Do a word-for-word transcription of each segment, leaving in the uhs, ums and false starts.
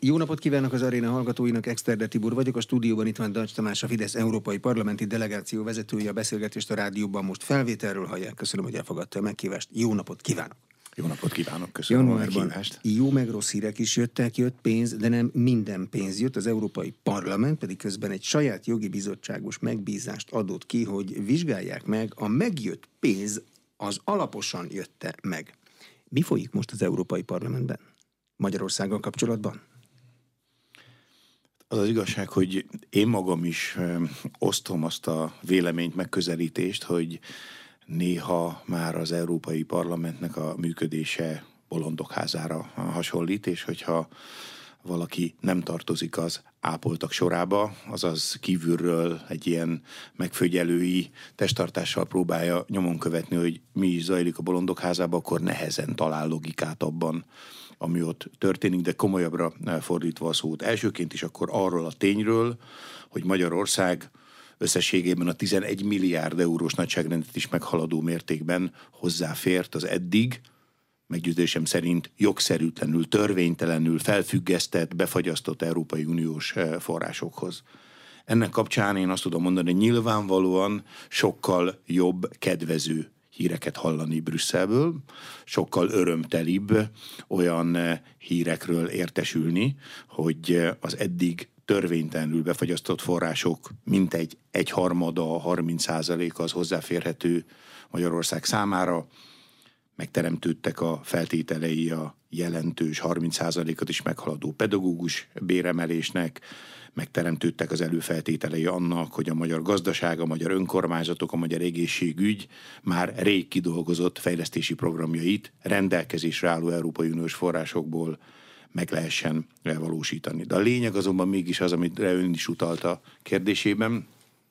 Jó napot kívánok az aréna hallgatóinak, Exterde Tibor vagyok, a stúdióban itt van Dancs Tamás, a Fidesz európai parlamenti delegáció vezetője, a beszélgetést a rádióban most felvételről hallják. Köszönöm, hogy elfogadta a meghívást. Jó napot kívánok! Jó napot kívánok, köszönöm a meghívást. Jó meg rossz hírek is jöttek, jött pénz, de nem minden pénz jött. Az Európai Parlament pedig közben egy saját jogi bizottságos megbízást adott ki, hogy vizsgálják meg, a megjött pénz az alaposan jött-e meg. Mi folyik most az Európai Parlamentben Magyarországgal kapcsolatban? Az az igazság, hogy én magam is ö, osztom azt a véleményt, megközelítést, hogy néha már az Európai Parlamentnek a működése bolondok házára hasonlít, és hogyha valaki nem tartozik az ápoltak sorába, azaz kívülről egy ilyen megfigyelői testtartással próbálja nyomon követni, hogy mi is zajlik a bolondok házában, akkor nehezen talál logikát abban, ami ott történik, de komolyabbra fordítva a szót. Elsőként is akkor arról a tényről, hogy Magyarország összességében a tizenegy milliárd eurós nagyságrendet is meghaladó mértékben hozzáfért az eddig, meggyőződésem szerint jogszerűtlenül, törvénytelenül felfüggesztett, befagyasztott Európai Uniós forrásokhoz. Ennek kapcsán én azt tudom mondani, hogy nyilvánvalóan sokkal jobb, kedvező híreket hallani Brüsszelből, sokkal örömtelibb olyan hírekről értesülni, hogy az eddig törvénytelenül befagyasztott források mintegy egyharmada, harminc százaléka az hozzáférhető Magyarország számára. Megteremtődtek a feltételei a jelentős harminc százalékot is meghaladó pedagógus béremelésnek, megteremtődtek az előfeltételei annak, hogy a magyar gazdaság, a magyar önkormányzatok, a magyar egészségügy már rég kidolgozott fejlesztési programjait rendelkezésre álló Európai Uniós forrásokból meg lehessen valósítani. De a lényeg azonban mégis az, amit ön is utalt a kérdésében,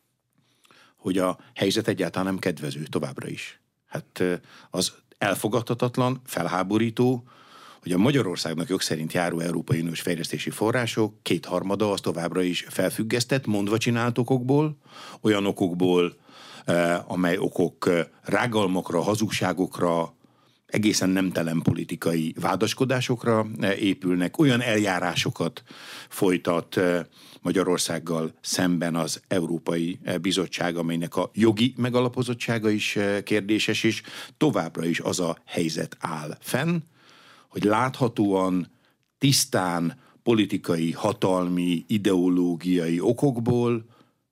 hogy a helyzet egyáltalán nem kedvező továbbra is. Hát az elfogadhatatlan, felháborító, hogy a Magyarországnak jogszerint járó Európai Uniós fejlesztési források kétharmada az továbbra is felfüggesztett, mondva csinált okokból, olyan okokból, amely okok rágalmakra, hazugságokra, egészen nemtelen politikai vádaskodásokra épülnek, olyan eljárásokat folytat Magyarországgal szemben az Európai Bizottság, amelynek a jogi megalapozottsága is kérdéses, és továbbra is az a helyzet áll fenn, hogy láthatóan, tisztán politikai, hatalmi, ideológiai okokból,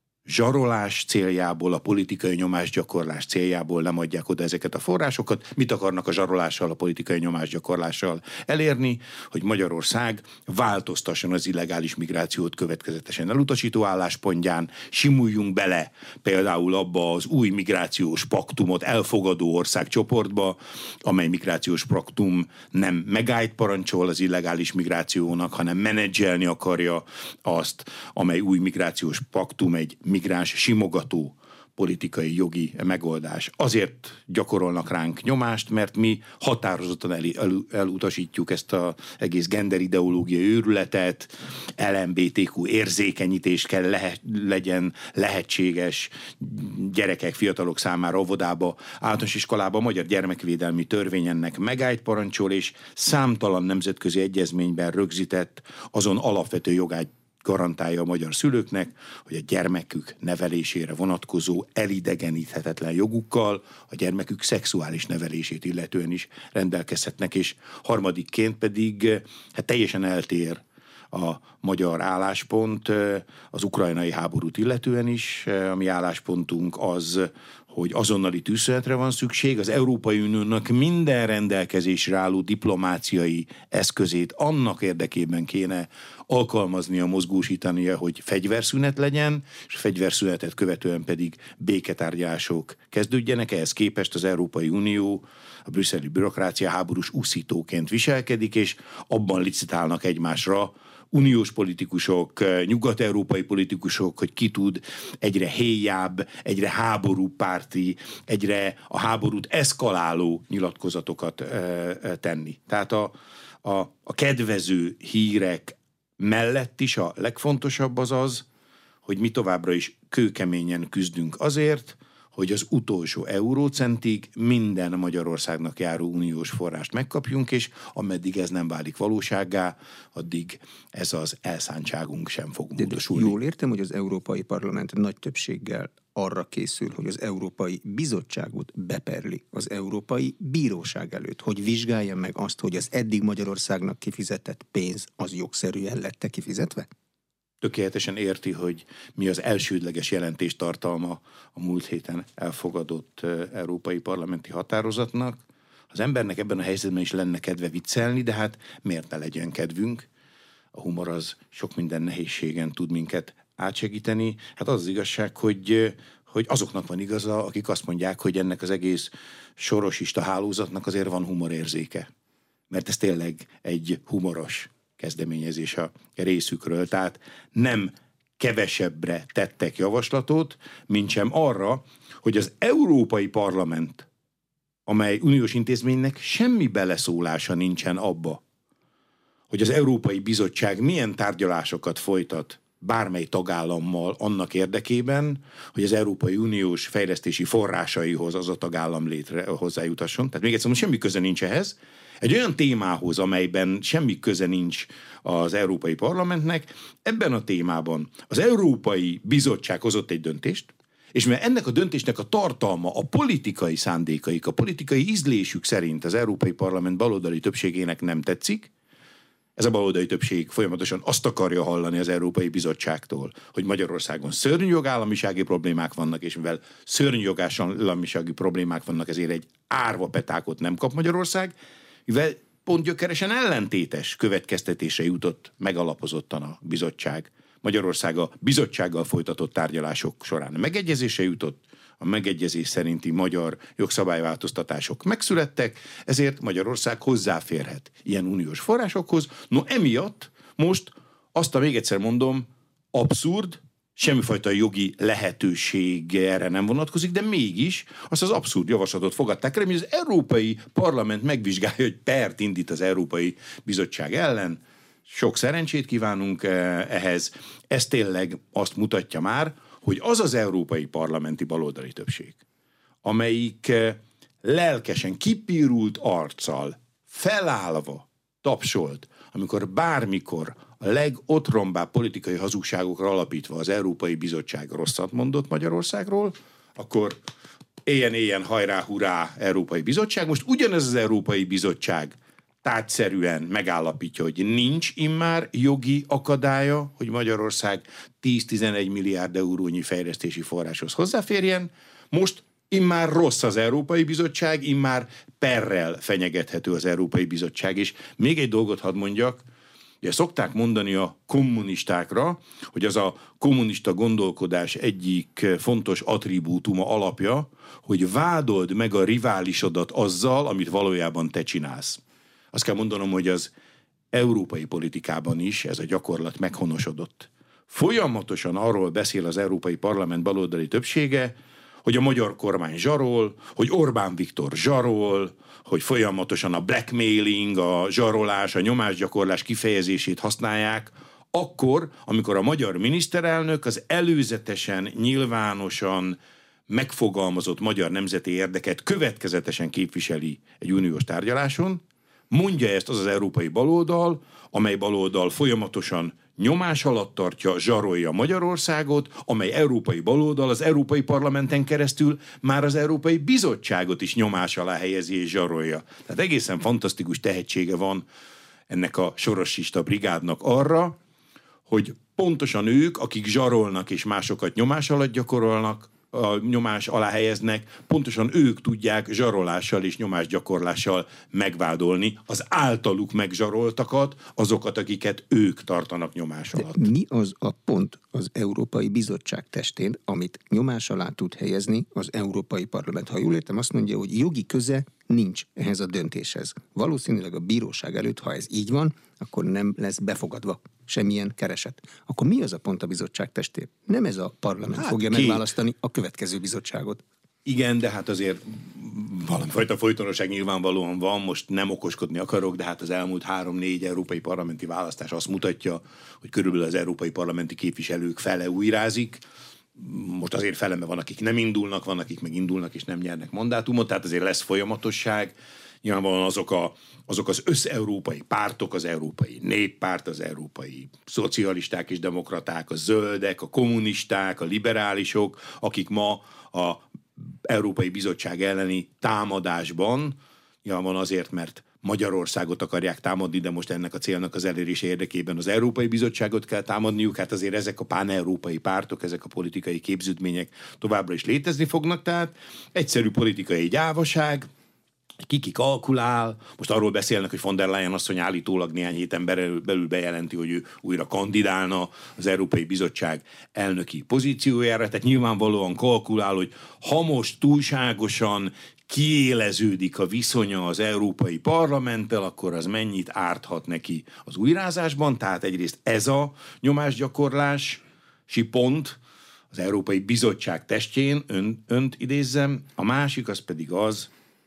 zsarolás céljából, a politikai nyomásgyakorlás céljából nem adják oda ezeket a forrásokat. Mit akarnak a zsarolással, a politikai nyomásgyakorlással elérni? Hogy Magyarország változtasson az illegális migrációt következetesen elutasító álláspontján, simuljunk bele például abba az új migrációs paktumot elfogadó országcsoportba, amely migrációs paktum nem megállt parancsol az illegális migrációnak, hanem menedzselni akarja azt, amely új migrációs paktum egy migráns simogató politikai, jogi megoldás. Azért gyakorolnak ránk nyomást, mert mi határozottan el, el, elutasítjuk ezt az egész genderideológiai őrületet, el em bé té kú érzékenyítést kell lehet, legyen lehetséges gyerekek, fiatalok számára óvodába, általános iskolába. A magyar gyermekvédelmi törvény ennek megállt parancsol, és számtalan nemzetközi egyezményben rögzített azon alapvető jogát garantálja a magyar szülőknek, hogy a gyermekük nevelésére vonatkozó elidegeníthetetlen jogukkal a gyermekük szexuális nevelését illetően is rendelkezhetnek, és harmadikként pedig hát teljesen eltér a magyar álláspont az ukrajnai háborút illetően is. A mi álláspontunk az, hogy azonnali tűzszünetre van szükség, az Európai Uniónak minden rendelkezésre álló diplomáciai eszközét annak érdekében kéne alkalmaznia, mozgósítania, hogy fegyverszünet legyen, és fegyverszünetet követően pedig béketárgyalások kezdődjenek. Ehhez képest az Európai Unió, a brüsszeli bürokrácia háborús úszítóként viselkedik, és abban licitálnak egymásra uniós politikusok, nyugat-európai politikusok, hogy ki tud egyre héjább, egyre háborúpárti, egyre a háborút eszkaláló nyilatkozatokat tenni. Tehát a, a, a kedvező hírek mellett is a legfontosabb az az, hogy mi továbbra is kőkeményen küzdünk azért, hogy az utolsó eurócentig minden Magyarországnak járó uniós forrást megkapjunk, és ameddig ez nem válik valósággá, addig ez az elszántságunk sem fog módosulni. Jól értem, hogy az Európai Parlament nagy többséggel arra készül, hogy az Európai Bizottságot beperli az Európai Bíróság előtt, hogy vizsgálja meg azt, hogy az eddig Magyarországnak kifizetett pénz az jogszerűen lett kifizetve? Tökéletesen érti, hogy mi az elsődleges jelentés tartalma a múlt héten elfogadott európai parlamenti határozatnak. Az embernek ebben a helyzetben is lenne kedve viccelni, de hát miért ne legyen kedvünk? A humor az sok minden nehézségen tud minket átsegíteni. Hát az az igazság, hogy, hogy azoknak van igaza, akik azt mondják, hogy ennek az egész sorosista hálózatnak azért van humorérzéke. Mert ez tényleg egy humoros kezdeményezés a részükről. Tehát nem kevesebbre tettek javaslatot, mintsem arra, hogy az Európai Parlament, amely uniós intézménynek semmi beleszólása nincsen abba, hogy az Európai Bizottság milyen tárgyalásokat folytat bármely tagállammal annak érdekében, hogy az Európai Uniós fejlesztési forrásaihoz az a tagállam létre hozzájutasson. Tehát még egyszer mondom, semmi köze nincs ehhez. Egy olyan témához, amelyben semmi köze nincs az Európai Parlamentnek, ebben a témában az Európai Bizottság hozott egy döntést, és mert ennek a döntésnek a tartalma, a politikai szándékaik, a politikai ízlésük szerint az Európai Parlament baloldali többségének nem tetszik, ez a baloldali többség folyamatosan azt akarja hallani az Európai Bizottságtól, hogy Magyarországon szörnyű jogállamisági problémák vannak, és mivel szörnyű jogállamisági problémák vannak, ezért egy árva petákot nem kap Magyarország, mivel pont gyökeresen ellentétes következtetésre jutott megalapozottan a bizottság. Magyarország a bizottsággal folytatott tárgyalások során megegyezésre jutott, a megegyezés szerinti magyar jogszabályváltoztatások megszülettek, ezért Magyarország hozzáférhet ilyen uniós forrásokhoz. No, emiatt most azt, a még egyszer mondom, abszurd, semmifajta jogi lehetőség erre nem vonatkozik, de mégis azt az abszurd javaslatot fogadták el, hogy az Európai Parlament megvizsgálja, hogy pert indít az Európai Bizottság ellen. Sok szerencsét kívánunk ehhez. Ez tényleg azt mutatja már, hogy az az európai parlamenti baloldali többség, amelyik lelkesen, kipirult arccal, felállva tapsolt, amikor bármikor a legotrombbább politikai hazugságokra alapítva az Európai Bizottság rosszat mondott Magyarországról, akkor éljen-éljen, hajrá, hurrá, Európai Bizottság. Most ugyanez az Európai Bizottság tárgyszerűen megállapítja, hogy nincs immár jogi akadálya, hogy Magyarország tíz-tizenegy milliárd eurónyi fejlesztési forráshoz hozzáférjen. Most immár rossz az Európai Bizottság, immár perrel fenyegethető az Európai Bizottság. És még egy dolgot hadd mondjak, ugye szokták mondani a kommunistákra, hogy az a kommunista gondolkodás egyik fontos attribútuma, alapja, hogy vádold meg a riválisodat azzal, amit valójában te csinálsz. Azt kell mondanom, hogy az európai politikában is ez a gyakorlat meghonosodott. Folyamatosan arról beszél az Európai Parlament baloldali többsége, hogy a magyar kormány zsarol, hogy Orbán Viktor zsarol, hogy folyamatosan a blackmailing, a zsarolás, a nyomásgyakorlás kifejezését használják, akkor, amikor a magyar miniszterelnök az előzetesen, nyilvánosan megfogalmazott magyar nemzeti érdeket következetesen képviseli egy uniós tárgyaláson, mondja ezt az az európai baloldal, amely baloldal folyamatosan nyomás alatt tartja, zsarolja Magyarországot, amely európai baloldal az Európai Parlamenten keresztül már az Európai Bizottságot is nyomás alá helyezi és zsarolja. Tehát egészen fantasztikus tehetsége van ennek a sorosista brigádnak arra, hogy pontosan ők, akik zsarolnak és másokat nyomás alatt gyakorolnak, a nyomás alá helyeznek, pontosan ők tudják zsarolással és nyomásgyakorlással megvádolni az általuk megzsaroltakat, azokat, akiket ők tartanak nyomás alatt. De mi az a pont az Európai Bizottság testén, amit nyomás alá tud helyezni az Európai Parlament? Ha jól értem, azt mondja, hogy jogi köze nincs ehhez a döntéshez. Valószínűleg a bíróság előtt, ha ez így van, akkor nem lesz befogadva semmilyen kereset. Akkor mi az a pont a bizottság testén? Nem ez a parlament hát fogja két. megválasztani a következő bizottságot. Igen, de hát azért valamifajta folytonosság nyilvánvalóan van, most nem okoskodni akarok, de hát az elmúlt három-négy európai parlamenti választás azt mutatja, hogy körülbelül az európai parlamenti képviselők fele újrázik. most azért felembe van, akik nem indulnak, van, akik meg indulnak és nem nyernek mandátumot, tehát azért lesz folyamatosság. Nyilvánvalóan azok, a, azok az összeurópai pártok, az Európai Néppárt, az európai szocialisták és demokraták, a zöldek, a kommunisták, a liberálisok, akik ma a Európai Bizottság elleni támadásban, nyilvánvalóan azért, mert Magyarországot akarják támadni, de most ennek a célnak az elérése érdekében az Európai Bizottságot kell támadniuk, hát azért ezek a pán-európai pártok, ezek a politikai képződmények továbbra is létezni fognak, tehát egyszerű politikai gyávaság, ki-ki kalkulál, most arról beszélnek, hogy von der Leyen asszony állítólag néhány héten belül bejelenti, hogy ő újra kandidálna az Európai Bizottság elnöki pozíciójára, tehát nyilvánvalóan kalkulál, hogy ha most túlságosan kiéleződik a viszonya az Európai Parlamenttel, akkor az mennyit árthat neki az újrázásban, tehát egyrészt ez a nyomásgyakorlási pont az Európai Bizottság testjén, ön, önt idézzem, a másik az pedig az,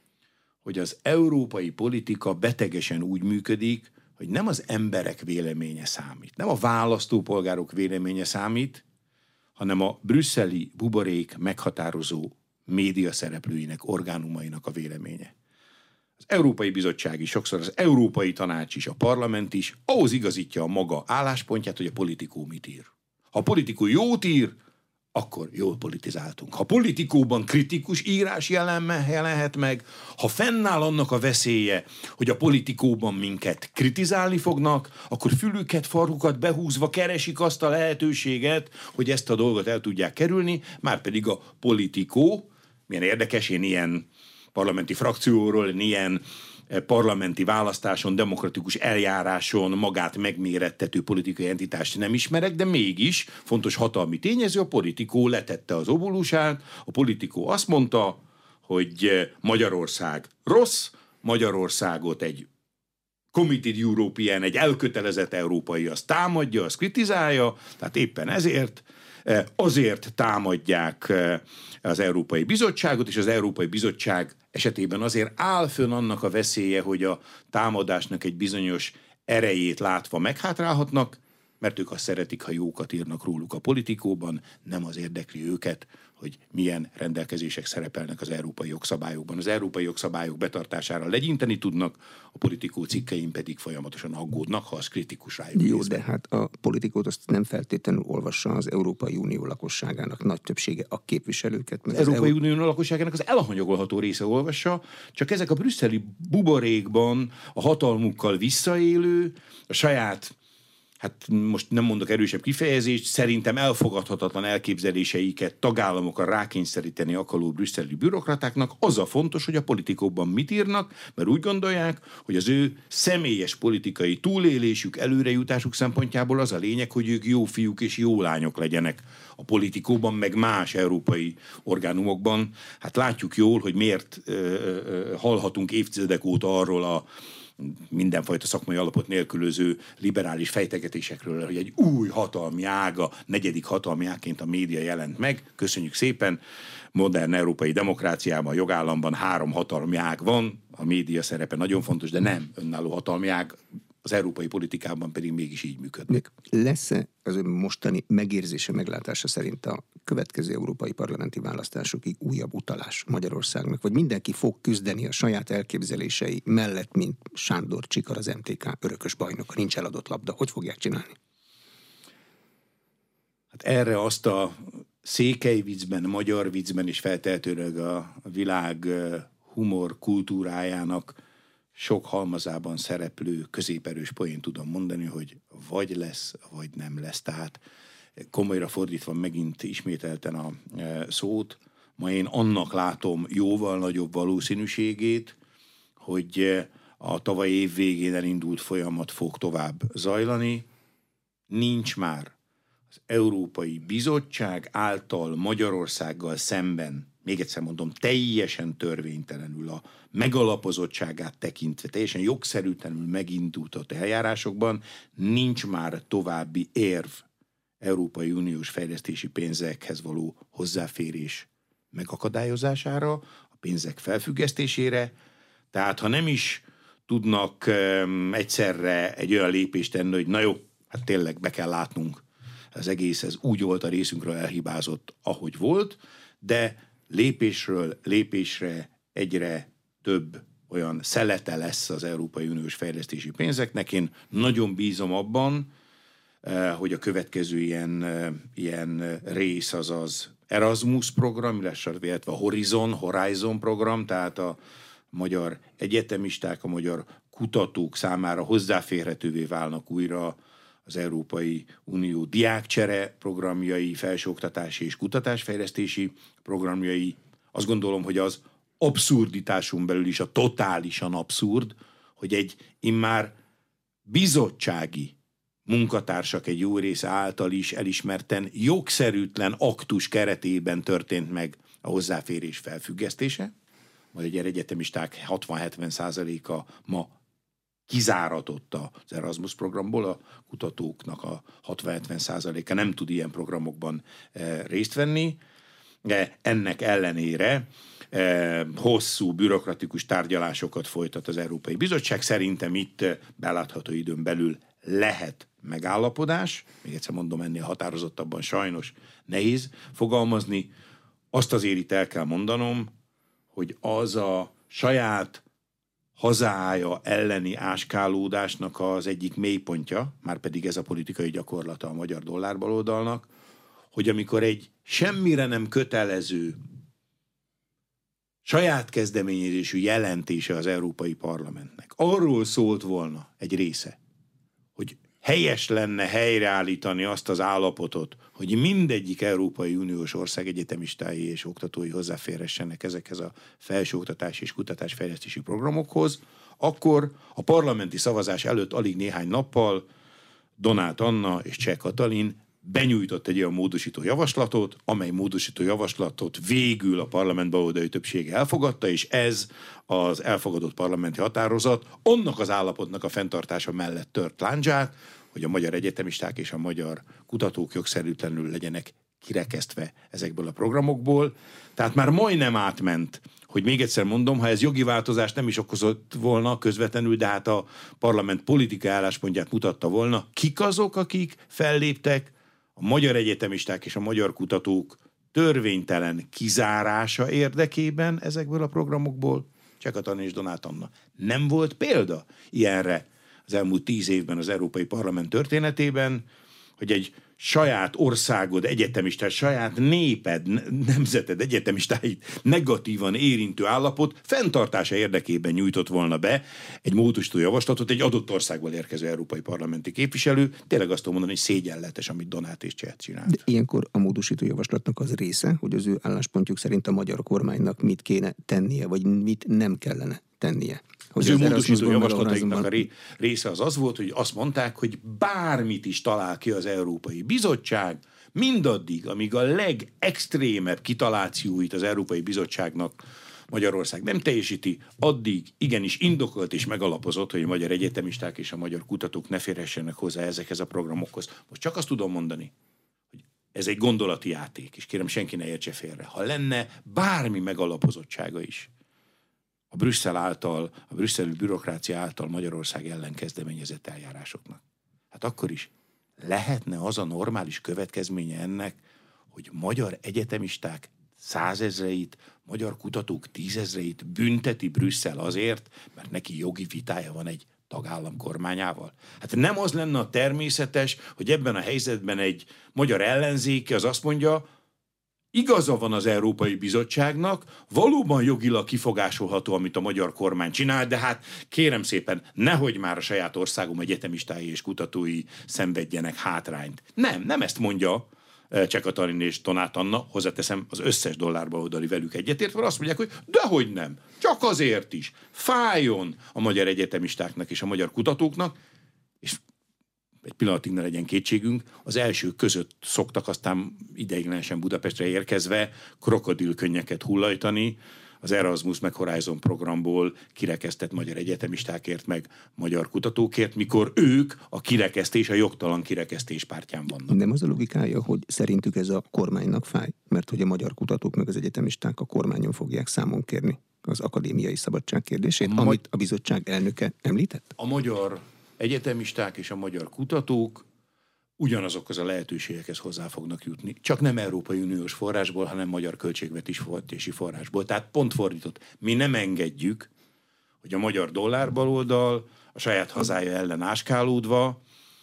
hogy az európai politika betegesen úgy működik, hogy nem az emberek véleménye számít, nem a választópolgárok véleménye számít, hanem a brüsszeli buborék meghatározó média szereplőinek, orgánumainak a véleménye. Az Európai Bizottság is, sokszor az Európai Tanács is, a Parlament is ahhoz igazítja a maga álláspontját, hogy a politikó mit ír. Ha a politikó jót ír, akkor jól politizáltunk. Ha politikóban kritikus írás jelen, jelenhet meg, ha fennáll annak a veszélye, hogy a politikóban minket kritizálni fognak, akkor fülüket, farkukat behúzva keresik azt a lehetőséget, hogy ezt a dolgot el tudják kerülni, márpedig a politikó, milyen érdekes, én ilyen parlamenti frakcióról, ilyen parlamenti választáson, demokratikus eljáráson magát megmérettető politikai entitást nem ismerek, de mégis fontos hatalmi tényező, a politikó letette az obulusát, a politikó azt mondta, hogy Magyarország rossz, Magyarországot egy committed European, egy elkötelezett európai azt támadja, azt kritizálja, tehát éppen ezért azért támadják az Európai Bizottságot, és az Európai Bizottság esetében azért áll fönn annak a veszélye, hogy a támadásnak egy bizonyos erejét látva meghátrálhatnak, mert ők azt szeretik, ha jókat írnak róluk a politikóban, nem az érdekli őket, hogy milyen rendelkezések szerepelnek az európai jogszabályokban. Az európai jogszabályok betartására legyinteni tudnak, a politikó cikkein pedig folyamatosan aggódnak, ha az kritikus rájuk. Jó, nézve. De hát a politikót azt nem feltétlenül olvassa az Európai Unió lakosságának nagy többsége, a képviselőket. Az, az Európai Euró... Unió lakosságának az elhanyagolható része olvassa, csak ezek a brüsszeli buborékban a hatalmukkal visszaélő, a saját, hát most nem mondok erősebb kifejezést, szerintem elfogadhatatlan elképzeléseiket tagállamokra rákényszeríteni akaró brüsszeli bürokratáknak az a fontos, hogy a politikóban mit írnak, mert úgy gondolják, hogy az ő személyes politikai túlélésük, előrejutásuk szempontjából az a lényeg, hogy ők jó fiúk és jó lányok legyenek a politikóban, meg más európai orgánumokban. Hát látjuk jól, hogy miért ö, ö, hallhatunk évtizedek óta arról a mindenfajta szakmai alapot nélkülöző liberális fejtegetésekről, hogy egy új hatalmi ága, negyedik hatalmi ágként a média jelent meg. Köszönjük szépen! Modern európai demokráciában, a jogállamban három hatalmi ág van, a média szerepe nagyon fontos, de nem önálló hatalmi ág, az európai politikában pedig mégis így működnek. Lesz-e az ön mostani megérzése, meglátása szerint a következő európai parlamenti választásokig újabb utalás Magyarországnak, vagy mindenki fog küzdeni a saját elképzelései mellett, mint Sándor Csikar, az em té ká örökös bajnoka, nincs eladott labda. Hogy fogják csinálni? Hát erre azt a székely viccben, magyar viccben és feltehetőleg a világ humor kultúrájának sok halmazában szereplő középerős poént tudom mondani, hogy vagy lesz, vagy nem lesz. Tehát komolyra fordítva megint ismételten a szót, ma én annak látom jóval nagyobb valószínűségét, hogy a tavaly év végén elindult folyamat fog tovább zajlani. Nincs már az Európai Bizottság által Magyarországgal szemben, még egyszer mondom, teljesen törvénytelenül a megalapozottságát tekintve, teljesen jogszerűtlenül megindult eljárásokban, nincs már további érv Európai Uniós fejlesztési pénzekhez való hozzáférés megakadályozására, a pénzek felfüggesztésére. Tehát ha nem is tudnak um, egyszerre egy olyan lépést tenni, hogy na jó, hát tényleg be kell látnunk az egész ez úgy volt a részünkről elhibázott, ahogy volt, de lépésről lépésre egyre több olyan szelete lesz az Európai Uniós fejlesztési pénzeknek. Én nagyon bízom abban, hogy a következő ilyen, ilyen rész az az Erasmus program, illetve a Horizon, Horizon program, tehát a magyar egyetemisták, a magyar kutatók számára hozzáférhetővé válnak újra az Európai Unió diákcsere programjai, felsőoktatási és kutatásfejlesztési programjai. Azt gondolom, hogy az abszurditáson belül is a totálisan abszurd, hogy egy immár bizottsági munkatársak egy jó része által is elismerten jogszerűtlen aktus keretében történt meg a hozzáférés felfüggesztése. Majd egy egyetemisták hatvan-hetven százaléka ma kizáratott az Erasmus programból, a kutatóknak a hatvan-hetven százaléka nem tud ilyen programokban részt venni. De ennek ellenére hosszú bürokratikus tárgyalásokat folytat az Európai Bizottság. Szerintem itt belátható időn belül lehet megállapodás. Még egyszer mondom, ennél határozottabban sajnos nehéz fogalmazni. Azt azért itt el kell mondanom, hogy az a saját hazája elleni áskálódásnak az egyik mélypontja, már pedig ez a politikai gyakorlata a magyar dollárbaloldalnak, hogy amikor egy semmire nem kötelező saját kezdeményezésű jelentése az Európai Parlamentnek arról szólt volna egy része, hogy helyes lenne helyreállítani azt az állapotot, hogy mindegyik Európai Uniós ország egyetemistái és oktatói hozzáférhessenek ezekhez a felsőoktatási és kutatásfejlesztési programokhoz, akkor a parlamenti szavazás előtt alig néhány nappal Donát Anna és Cseh Katalin benyújtott egy olyan módosító javaslatot, amely módosító javaslatot végül a parlament baloldali többsége elfogadta, és ez az elfogadott parlamenti határozat annak az állapotnak a fenntartása mellett tört lándzsát, hogy a magyar egyetemisták és a magyar kutatók jogszerűtlenül legyenek kirekesztve ezekből a programokból. Tehát már majdnem átment, hogy még egyszer mondom, ha ez jogi változást nem is okozott volna közvetlenül, de hát a parlament politikai álláspontját mutatta volna, kik azok, akik felléptek a magyar egyetemisták és a magyar kutatók törvénytelen kizárása érdekében ezekből a programokból. Cseh Katalin és Donát Anna. Nem volt példa ilyenre az elmúlt tíz évben az Európai Parlament történetében, hogy egy saját országod egyetemistát, saját néped, nemzeted egyetemistáit negatívan érintő állapot fenntartása érdekében nyújtott volna be egy módosító javaslatot egy adott országból érkező európai parlamenti képviselő. Tényleg azt tudom mondani, hogy szégyenletes, amit Donát és Cseh csinált. De ilyenkor a módosító javaslatnak az része, hogy az ő álláspontjuk szerint a magyar kormánynak mit kéne tennie, vagy mit nem kellene tennie. Az, az ő módosító javaslataiknak a része az az volt, hogy azt mondták, hogy bármit is talál ki az Európai Bizottság, mindaddig, amíg a legextrémebb kitalációit az Európai Bizottságnak Magyarország nem teljesíti, addig igenis indokolt és megalapozott, hogy a magyar egyetemisták és a magyar kutatók ne férhessenek hozzá ezekhez a programokhoz. Most csak azt tudom mondani, hogy ez egy gondolati játék, és kérem, senki ne értse félre. Ha lenne bármi megalapozottsága is, a Brüsszel által, a brüsszeli bürokrácia által Magyarország ellen kezdeményezett eljárásoknak. Hát akkor is lehetne az a normális következménye ennek, hogy magyar egyetemisták százezreit, magyar kutatók tízezreit bünteti Brüsszel azért, mert neki jogi vitája van egy tagállam kormányával. Hát nem az lenne a természetes, hogy ebben a helyzetben egy magyar ellenzéke az azt mondja, igaza van az Európai Bizottságnak, valóban jogilag kifogásolható, amit a magyar kormány csinál, de hát kérem szépen, nehogy már a saját országom egyetemistái és kutatói szenvedjenek hátrányt. Nem, nem ezt mondja Cseh Katalin és Donát Anna, hozzáteszem, az összes dollárba velük egyetért, mert azt mondják, hogy dehogy nem, csak azért is, fájjon a magyar egyetemistáknak és a magyar kutatóknak, és egy pillanatig ne legyen kétségünk, az elsők között szoktak aztán ideiglenesen Budapestre érkezve krokodilkönnyeket hullajtani az Erasmus meg Horizon programból kirekesztett magyar egyetemistákért meg magyar kutatókért, mikor ők a kirekesztés, a jogtalan kirekesztés pártján vannak. Nem az a logikája, hogy szerintük ez a kormánynak fáj, mert hogy a magyar kutatók meg az egyetemisták a kormányon fogják számon kérni az akadémiai szabadság kérdését, a amit a bizottság elnöke említett? A magyar egyetemisták és a magyar kutatók ugyanazokhoz a lehetőségekhez hozzá fognak jutni. Csak nem Európai Uniós forrásból, hanem magyar költségvetési forrásból. Tehát pont fordított. Mi nem engedjük, hogy a magyar dollár baloldal a saját hazája ellen áskálódva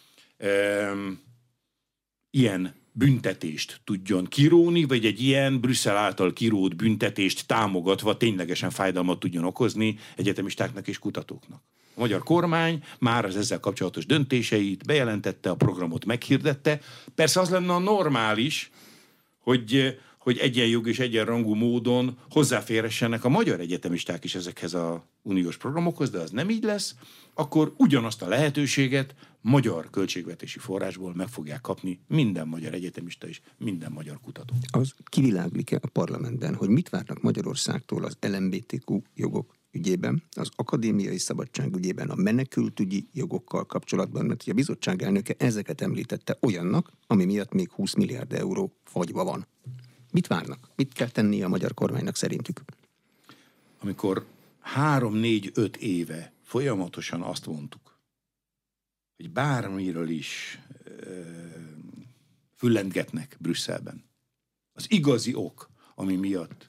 um, ilyen büntetést tudjon kiróni, vagy egy ilyen Brüsszel által kirót büntetést támogatva ténylegesen fájdalmat tudjon okozni egyetemistáknak és kutatóknak. A magyar kormány már az ezzel kapcsolatos döntéseit bejelentette, a programot meghirdette. Persze az lenne a normális, hogy, hogy egyenjog és egyenrangú módon hozzáférhessenek a magyar egyetemisták is ezekhez az uniós programokhoz, de az nem így lesz, akkor ugyanazt a lehetőséget magyar költségvetési forrásból meg fogják kapni minden magyar egyetemista és minden magyar kutató. Az kiviláglik-e a parlamentben, hogy mit várnak Magyarországtól az el em bé té kú jogok ügyében, az akadémiai szabadság ügyében, a menekültügyi jogokkal kapcsolatban, mert a bizottság elnöke ezeket említette olyannak, ami miatt még húsz milliárd euró fagyva van. Mit várnak? Mit kell tennie a magyar kormánynak szerintük? Amikor három, négy, öt éve folyamatosan azt mondtuk, hogy bármiről is ö, füllentgetnek Brüsszelben. Az igazi ok, ami miatt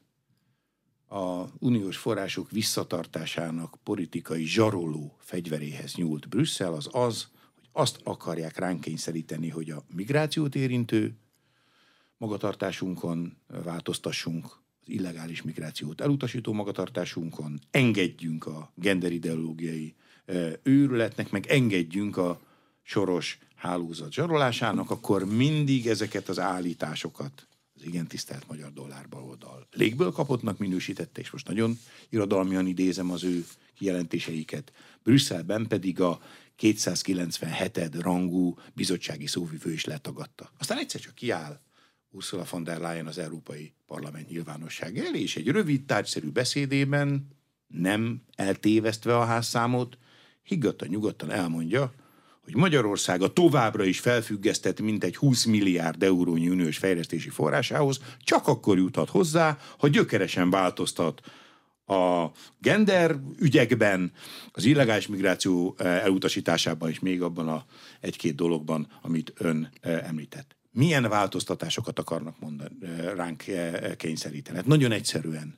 a uniós források visszatartásának politikai zsaroló fegyveréhez nyúlt Brüsszel, az az, hogy azt akarják ránk kényszeríteni, hogy a migrációt érintő magatartásunkon változtassunk, az illegális migrációt elutasító magatartásunkon, engedjünk a genderideológiai őrületnek, meg engedjünk a soros hálózat zsarolásának, akkor mindig ezeket az állításokat az igen tisztelt magyar dollár baloldal légből kapottnak minősítette, és most nagyon irodalmian idézem az ő kijelentéseiket. Brüsszelben pedig a kétszázkilencvenheted rangú bizottsági szóvivő is letagadta. Aztán egyszer csak kiáll Ursula von der Leyen az Európai Parlament nyilvánosság elé, és egy rövid, tárgyszerű beszédében, nem eltévesztve a házszámot, higgadtan, nyugodtan elmondja, hogy Magyarország a továbbra is felfüggesztett mintegy húsz milliárd eurónyi uniós fejlesztési forrásához csak akkor juthat hozzá, ha gyökeresen változtat a gender ügyekben, az illegális migráció elutasításában és még abban a egy-két dologban, amit ön említett. Milyen változtatásokat akarnak mondani, ránk kényszeríteni? Hát nagyon egyszerűen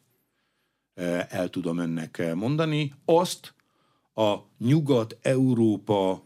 el tudom önnek mondani. Azt a Nyugat-Európa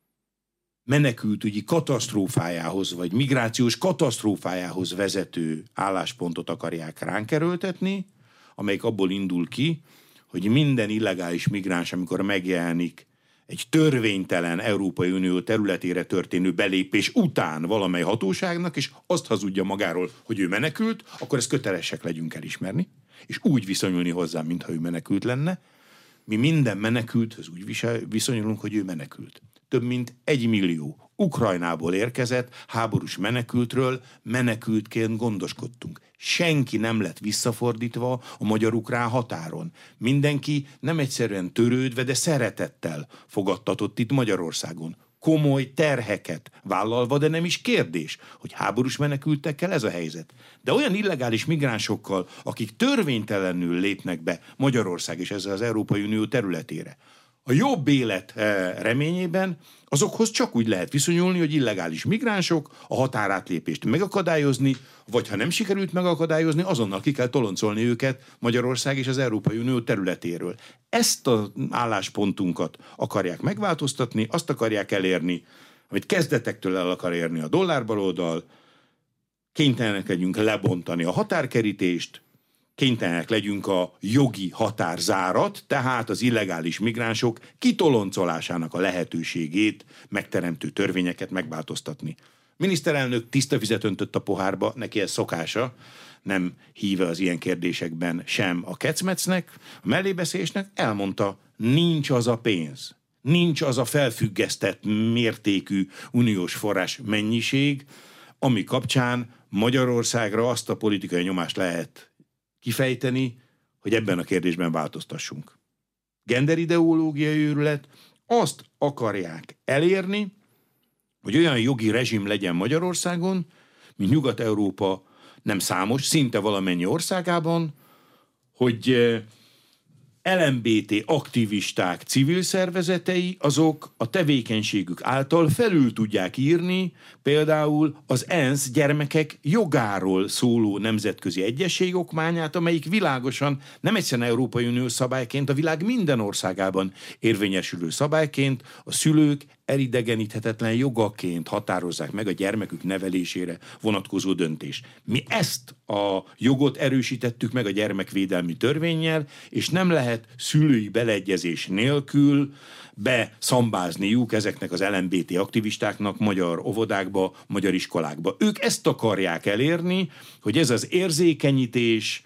menekültügyi katasztrófájához, vagy migrációs katasztrófájához vezető álláspontot akarják ránk erőltetni, amelyik abból indul ki, hogy minden illegális migráns, amikor megjelenik egy törvénytelen Európai Unió területére történő belépés után valamely hatóságnak, és azt hazudja magáról, hogy ő menekült, akkor ezt kötelesek legyünk elismerni, és úgy viszonyulni hozzá, mintha ő menekült lenne. Mi minden menekülthöz úgy viszonyulunk, hogy ő menekült. Több mint egy millió Ukrajnából érkezett háborús menekültről menekültként gondoskodtunk. Senki nem lett visszafordítva a magyar-ukrán határon. Mindenki nem egyszerűen törődve, de szeretettel fogadtatott itt Magyarországon. Komoly terheket vállalva, de nem is kérdés, hogy háborús menekültekkel ez a helyzet. De olyan illegális migránsokkal, akik törvénytelenül lépnek be Magyarország és ezzel az Európai Unió területére, a jobb élet reményében azokhoz csak úgy lehet viszonyulni, hogy illegális migránsok a határátlépést megakadályozni, vagy ha nem sikerült megakadályozni, azonnal ki kell toloncolni őket Magyarország és az Európai Unió területéről. Ezt az álláspontunkat akarják megváltoztatni, azt akarják elérni, amit kezdetektől el akar érni a dollárbaloldal, kénytelenek legyünk lebontani a határkerítést, kénytelenek legyünk a jogi határzárat, tehát az illegális migránsok kitoloncolásának a lehetőségét megteremtő törvényeket megváltoztatni. Miniszterelnök tiszta vizet öntött a pohárba, neki ez szokása, nem híve az ilyen kérdésekben sem a kecmecnek, a mellébeszélésnek, elmondta, nincs az a pénz, nincs az a felfüggesztett mértékű uniós forrás mennyiség, ami kapcsán Magyarországra azt a politikai nyomást lehet kifejteni, hogy ebben a kérdésben változtassunk. Genderideológiai őrület, azt akarják elérni, hogy olyan jogi rezsim legyen Magyarországon, mint Nyugat-Európa nem számos, szinte valamennyi országában, hogy el em bé té aktivisták, civil szervezetei, azok a tevékenységük által felül tudják írni például az ENSZ gyermekek jogáról szóló nemzetközi egyezség okmányát, amelyik világosan nem egyszerűen Európai Uniós szabályként, a világ minden országában érvényesülő szabályként a szülők elidegeníthetetlen jogaként határozzák meg a gyermekük nevelésére vonatkozó döntést. Mi ezt a jogot erősítettük meg a gyermekvédelmi törvénnyel, és nem lehet szülői beleegyezés nélkül beszambázniuk ezeknek az el em bé té aktivistáknak magyar óvodákba, magyar iskolákba. Ők ezt akarják elérni, hogy ez az érzékenyítés,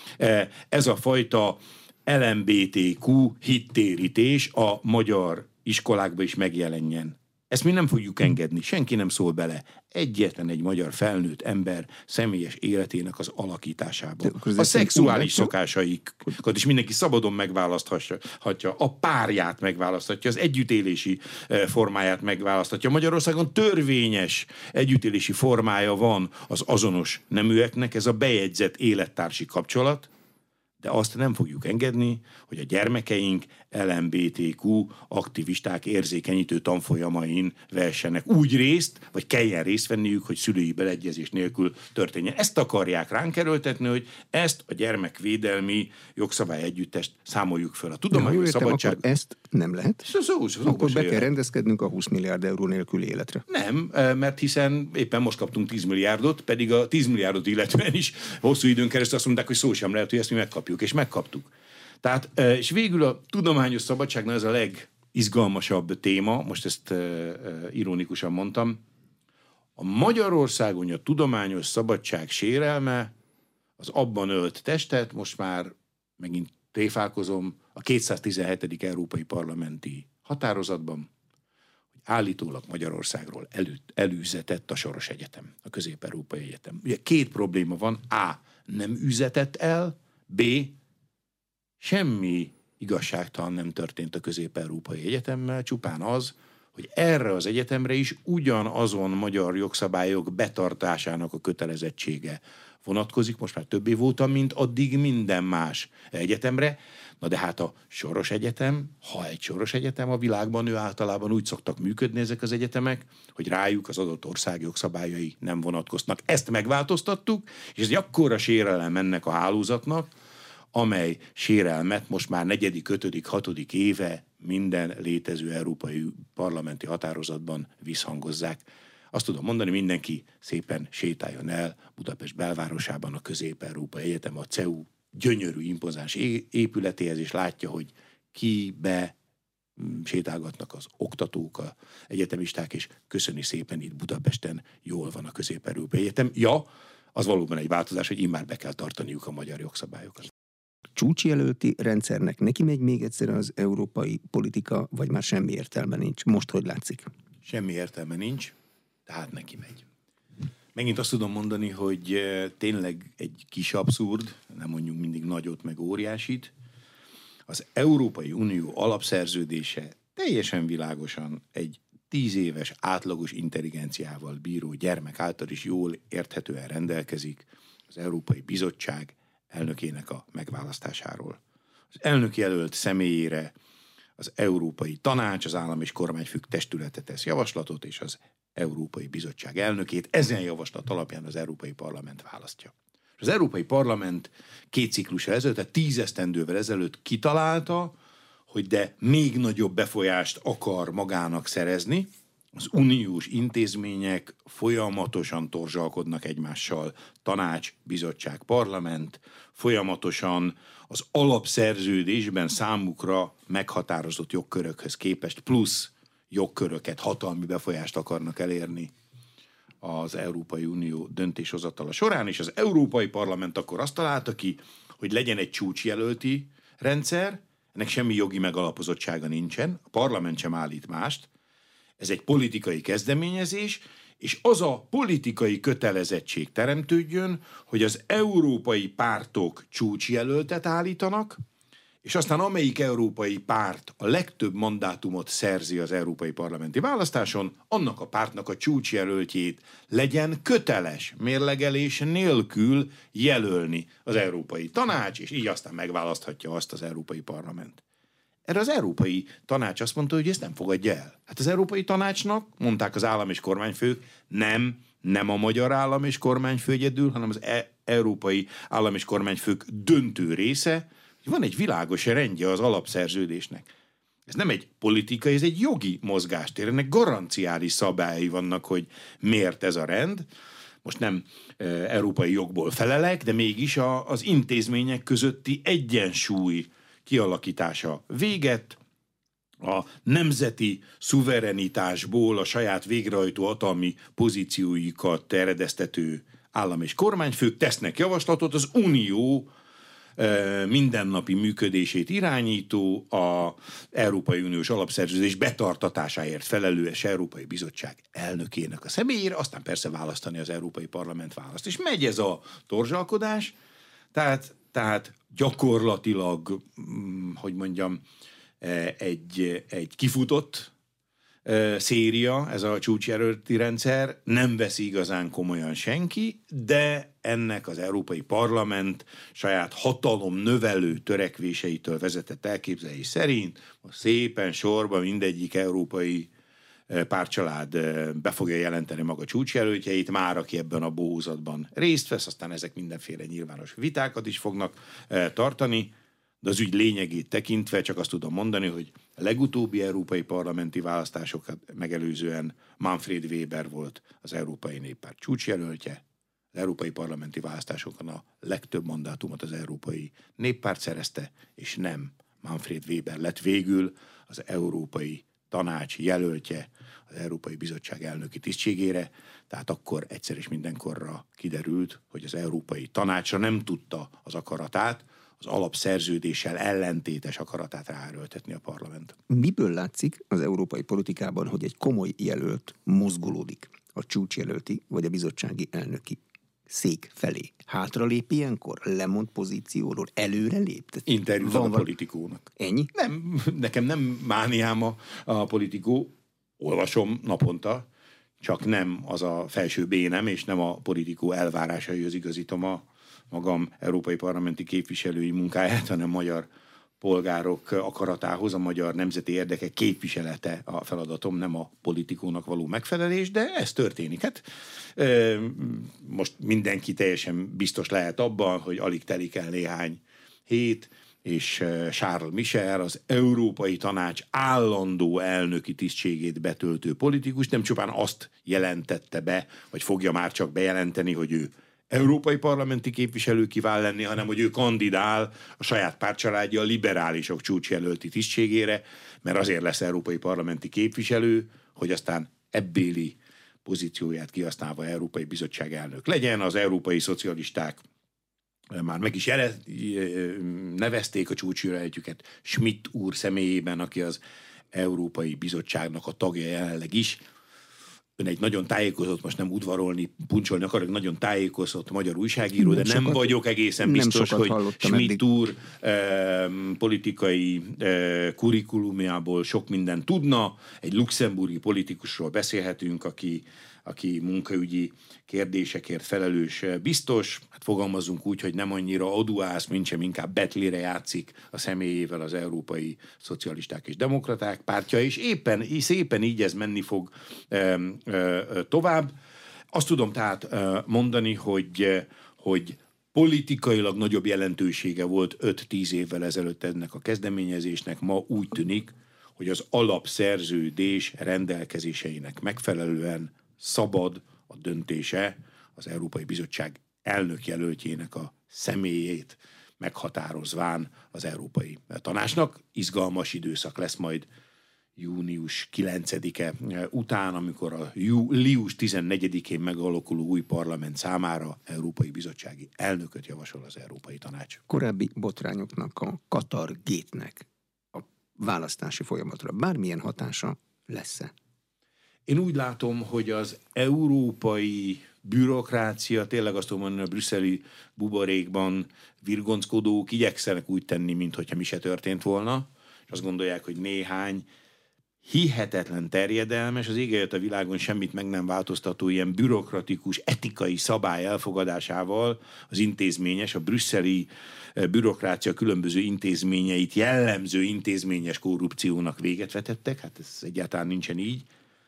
ez a fajta el em bé té kú hittérítés a magyar iskolákba is megjelenjen. Ezt mi nem fogjuk engedni, senki nem szól bele. Egyetlen egy magyar felnőtt ember személyes életének az alakításába. A szexuális szokásaikat is mindenki szabadon megválaszthatja, a párját megválaszthatja, az együttélési formáját megválaszthatja. Magyarországon törvényes együttélési formája van az azonos neműeknek, ez a bejegyzett élettársi kapcsolat, de azt nem fogjuk engedni, hogy a gyermekeink el em bé té kú aktivisták érzékenyítő tanfolyamain vessenek úgy részt, vagy kelljen részt venniük, hogy szülői beleegyezés nélkül történjen. Ezt akarják ránk erőltetni, hogy ezt a gyermekvédelmi jogszabály együttest számoljuk föl. A tudományos szabadság... Akkor ezt nem lehet? Szó, szó, szó, akkor be kell rendezkednünk a húsz milliárd euró nélküli életre. Nem, mert hiszen éppen most kaptunk tíz milliárdot, pedig a tíz milliárdot illetően is hosszú időn keresztül azt mondták, hogy szó sem lehet, hogy ezt mi megkapjuk, és megkaptuk. Tehát, és végül a tudományos szabadságnál ez a legizgalmasabb téma, most ezt ironikusan mondtam, a Magyarországon a tudományos szabadság sérelme az abban ölt testet, most már megint tréfálkozom, a kétszáztizenhetedik európai parlamenti határozatban, hogy állítólag Magyarországról elő, elűzetett a Soros Egyetem, a Közép-Európai Egyetem. Ugye két probléma van, A. nem üzetett el, B. semmi igazságtalan nem történt a Közép-Európai Egyetemmel, csupán az, hogy erre az egyetemre is ugyanazon magyar jogszabályok betartásának a kötelezettsége vonatkozik, most már több év óta, mint addig minden más egyetemre. Na de hát a Soros Egyetem, ha egy Soros Egyetem a világban, ő általában úgy szoktak működni ezek az egyetemek, hogy rájuk az adott ország jogszabályai nem vonatkoznak. Ezt megváltoztattuk, és ez egy akkora sérelem ennek a hálózatnak, amely sérelmet most már negyedik, ötödik, hatodik éve minden létező európai parlamenti határozatban visszhangozzák. Azt tudom mondani, mindenki szépen sétáljon el Budapest belvárosában a Közép-Európai Egyetem, a cé e u gyönyörű, impozáns épületéhez, és látja, hogy kibe sétálgatnak az oktatók, az egyetemisták, és köszöni szépen, itt Budapesten jól van a Közép-Európai Egyetem. Ja, az valóban egy változás, hogy immár be kell tartaniuk a magyar jogszabályokat. Csúcsjelölti rendszernek neki megy még egyszer az európai politika, vagy már semmi értelme nincs? Most hogy látszik? Semmi értelme nincs, tehát neki megy. Megint azt tudom mondani, hogy tényleg egy kis abszurd, nem mondjuk mindig nagyot meg óriásit, az Európai Unió alapszerződése teljesen világosan egy tíz éves átlagos intelligenciával bíró gyermek által is jól érthetően rendelkezik az Európai Bizottság elnökének a megválasztásáról. Az elnök jelölt személyére az Európai Tanács, az állam és kormányfők testülete tesz javaslatot, és az Európai Bizottság elnökét ezen javaslat alapján az Európai Parlament választja. Az Európai Parlament két ciklusra ezelőtt, tehát tíz esztendővel ezelőtt kitalálta, hogy de még nagyobb befolyást akar magának szerezni. Az uniós intézmények folyamatosan torzsalkodnak egymással, tanács, bizottság, parlament, folyamatosan az alapszerződésben számukra meghatározott jogkörökhöz képest plusz jogköröket, hatalmi befolyást akarnak elérni az Európai Unió döntéshozatala során, és az Európai Parlament akkor azt találta ki, hogy legyen egy csúcsjelölti rendszer, ennek semmi jogi megalapozottsága nincsen, a parlament sem állít mást, ez egy politikai kezdeményezés, és az a politikai kötelezettség teremtődjön, hogy az európai pártok csúcsjelöltet állítanak, és aztán amelyik európai párt a legtöbb mandátumot szerzi az európai parlamenti választáson, annak a pártnak a csúcsjelöltjét legyen köteles mérlegelés nélkül jelölni az Európai Tanács, és így aztán megválaszthatja azt az Európai Parlament. Erre az Európai Tanács azt mondta, hogy ezt nem fogadja el. Hát az Európai Tanácsnak, mondták az állam és kormányfők, nem, nem a magyar állam és kormányfő egyedül, hanem az e- európai állam és kormányfők döntő része, hogy van egy világos rendje az alapszerződésnek. Ez nem egy politikai, ez egy jogi mozgástér. Ennek garanciális szabályai vannak, hogy miért ez a rend. Most nem e, európai jogból felelek, de mégis a, az intézmények közötti egyensúly kialakítása véget, a nemzeti szuverenitásból a saját végrehajtó hatalmi pozícióikat eredeztető állam és kormányfők tesznek javaslatot az unió mindennapi működését irányító, a Európai Uniós alapszerződés betartatásáért felelős Európai Bizottság elnökének a személyére, aztán persze választani az Európai Parlament választ. És megy ez a torzsalkodás, tehát, tehát gyakorlatilag, hogy mondjam, egy, egy kifutott széria, ez a csúcsjelölti rendszer, nem veszi igazán komolyan senki, de ennek az Európai Parlament saját hatalom növelő törekvéseitől vezetett elképzelés szerint szépen sorban mindegyik európai pártcsalád be fogja jelenteni maga csúcsjelöltjeit, már aki ebben a bohózatban részt vesz, aztán ezek mindenféle nyilvános vitákat is fognak tartani, de az ügy lényegét tekintve csak azt tudom mondani, hogy a legutóbbi európai parlamenti választásokat megelőzően Manfred Weber volt az Európai Néppárt csúcsjelöltje. Az európai parlamenti választásokon a legtöbb mandátumot az Európai Néppárt szerezte, és nem Manfred Weber lett végül az Európai Tanács jelöltje az Európai Bizottság elnöki tisztségére, tehát akkor egyszer és mindenkorra kiderült, hogy az Európai Tanácsra nem tudta az akaratát, az alapszerződéssel ellentétes akaratát ráerőltetni a parlament. Miből látszik az európai politikában, hogy egy komoly jelölt mozgolódik a csúcsjelölti vagy a bizottsági elnöki szék felé? Hátralép ilyenkor? Lemond pozícióról? Előre lép? Interjút van a politikónak. Ennyi? Nem, nekem nem mániám a, a politikó, olvasom naponta, csak nem az a felső bénem, és nem a politikó elvárásaihoz igazítom a magam európai parlamenti képviselői munkáját, hanem magyar polgárok akaratához, a magyar nemzeti érdekek képviselete a feladatom, nem a politikónak való megfelelés, de ez történik. Hát, most mindenki teljesen biztos lehet abban, hogy alig telik el néhány hét, és Charles Michel, az Európai Tanács állandó elnöki tisztségét betöltő politikus nem csupán azt jelentette be, vagy fogja már csak bejelenteni, hogy ő európai parlamenti képviselő kíván lenni, hanem hogy ő kandidál a saját pártcsaládja a liberálisok csúcsjelölti tisztségére, mert azért lesz európai parlamenti képviselő, hogy aztán ebbéli pozícióját kihasználva Európai Bizottság elnök legyen. Az európai szocialisták már meg is jele, nevezték a csúcsjelöltjüket Schmidt úr személyében, aki az Európai Bizottságnak a tagja jelenleg is. Ön egy nagyon tájékozott, most nem udvarolni, puncsolni akarok, nagyon tájékozott magyar újságíró, nem de nem sokat, vagyok egészen biztos, hogy Schmidt úr eh, politikai eh, kurikulumjából sok mindent tudna. Egy luxemburgi politikusról beszélhetünk, aki, aki munkaügyi kérdésekért felelős biztos. Hát fogalmazunk úgy, hogy nem annyira aduász, mint sem inkább betlére játszik a személyével az európai szocialisták és demokraták pártja, és éppen, szépen így ez menni fog e, e, tovább. Azt tudom tehát e, mondani, hogy, hogy politikailag nagyobb jelentősége volt öt-tíz évvel ezelőtt ennek a kezdeményezésnek, ma úgy tűnik, hogy az alapszerződés rendelkezéseinek megfelelően szabad a döntése az Európai Bizottság elnökjelöltjének a személyét meghatározván az Európai Tanácsnak. Izgalmas időszak lesz majd június kilencedike után, amikor a július tizennegyedikén megalakuló új parlament számára Európai Bizottsági elnököt javasol az Európai Tanács. Korábbi botrányoknak, a Katar Gate-nek a választási folyamatra bármilyen hatása lesz-e? Én úgy látom, hogy az európai bürokrácia, tényleg azt tudom mondani, a brüsszeli buborékban virgonckodók igyekszenek úgy tenni, mintha mi se történt volna, és azt gondolják, hogy néhány hihetetlen terjedelmes, az ég a világon semmit meg nem változtató ilyen bürokratikus, etikai szabály elfogadásával az intézményes, a brüsszeli bürokrácia különböző intézményeit jellemző intézményes korrupciónak véget vetettek, hát ez egyáltalán nincsen így,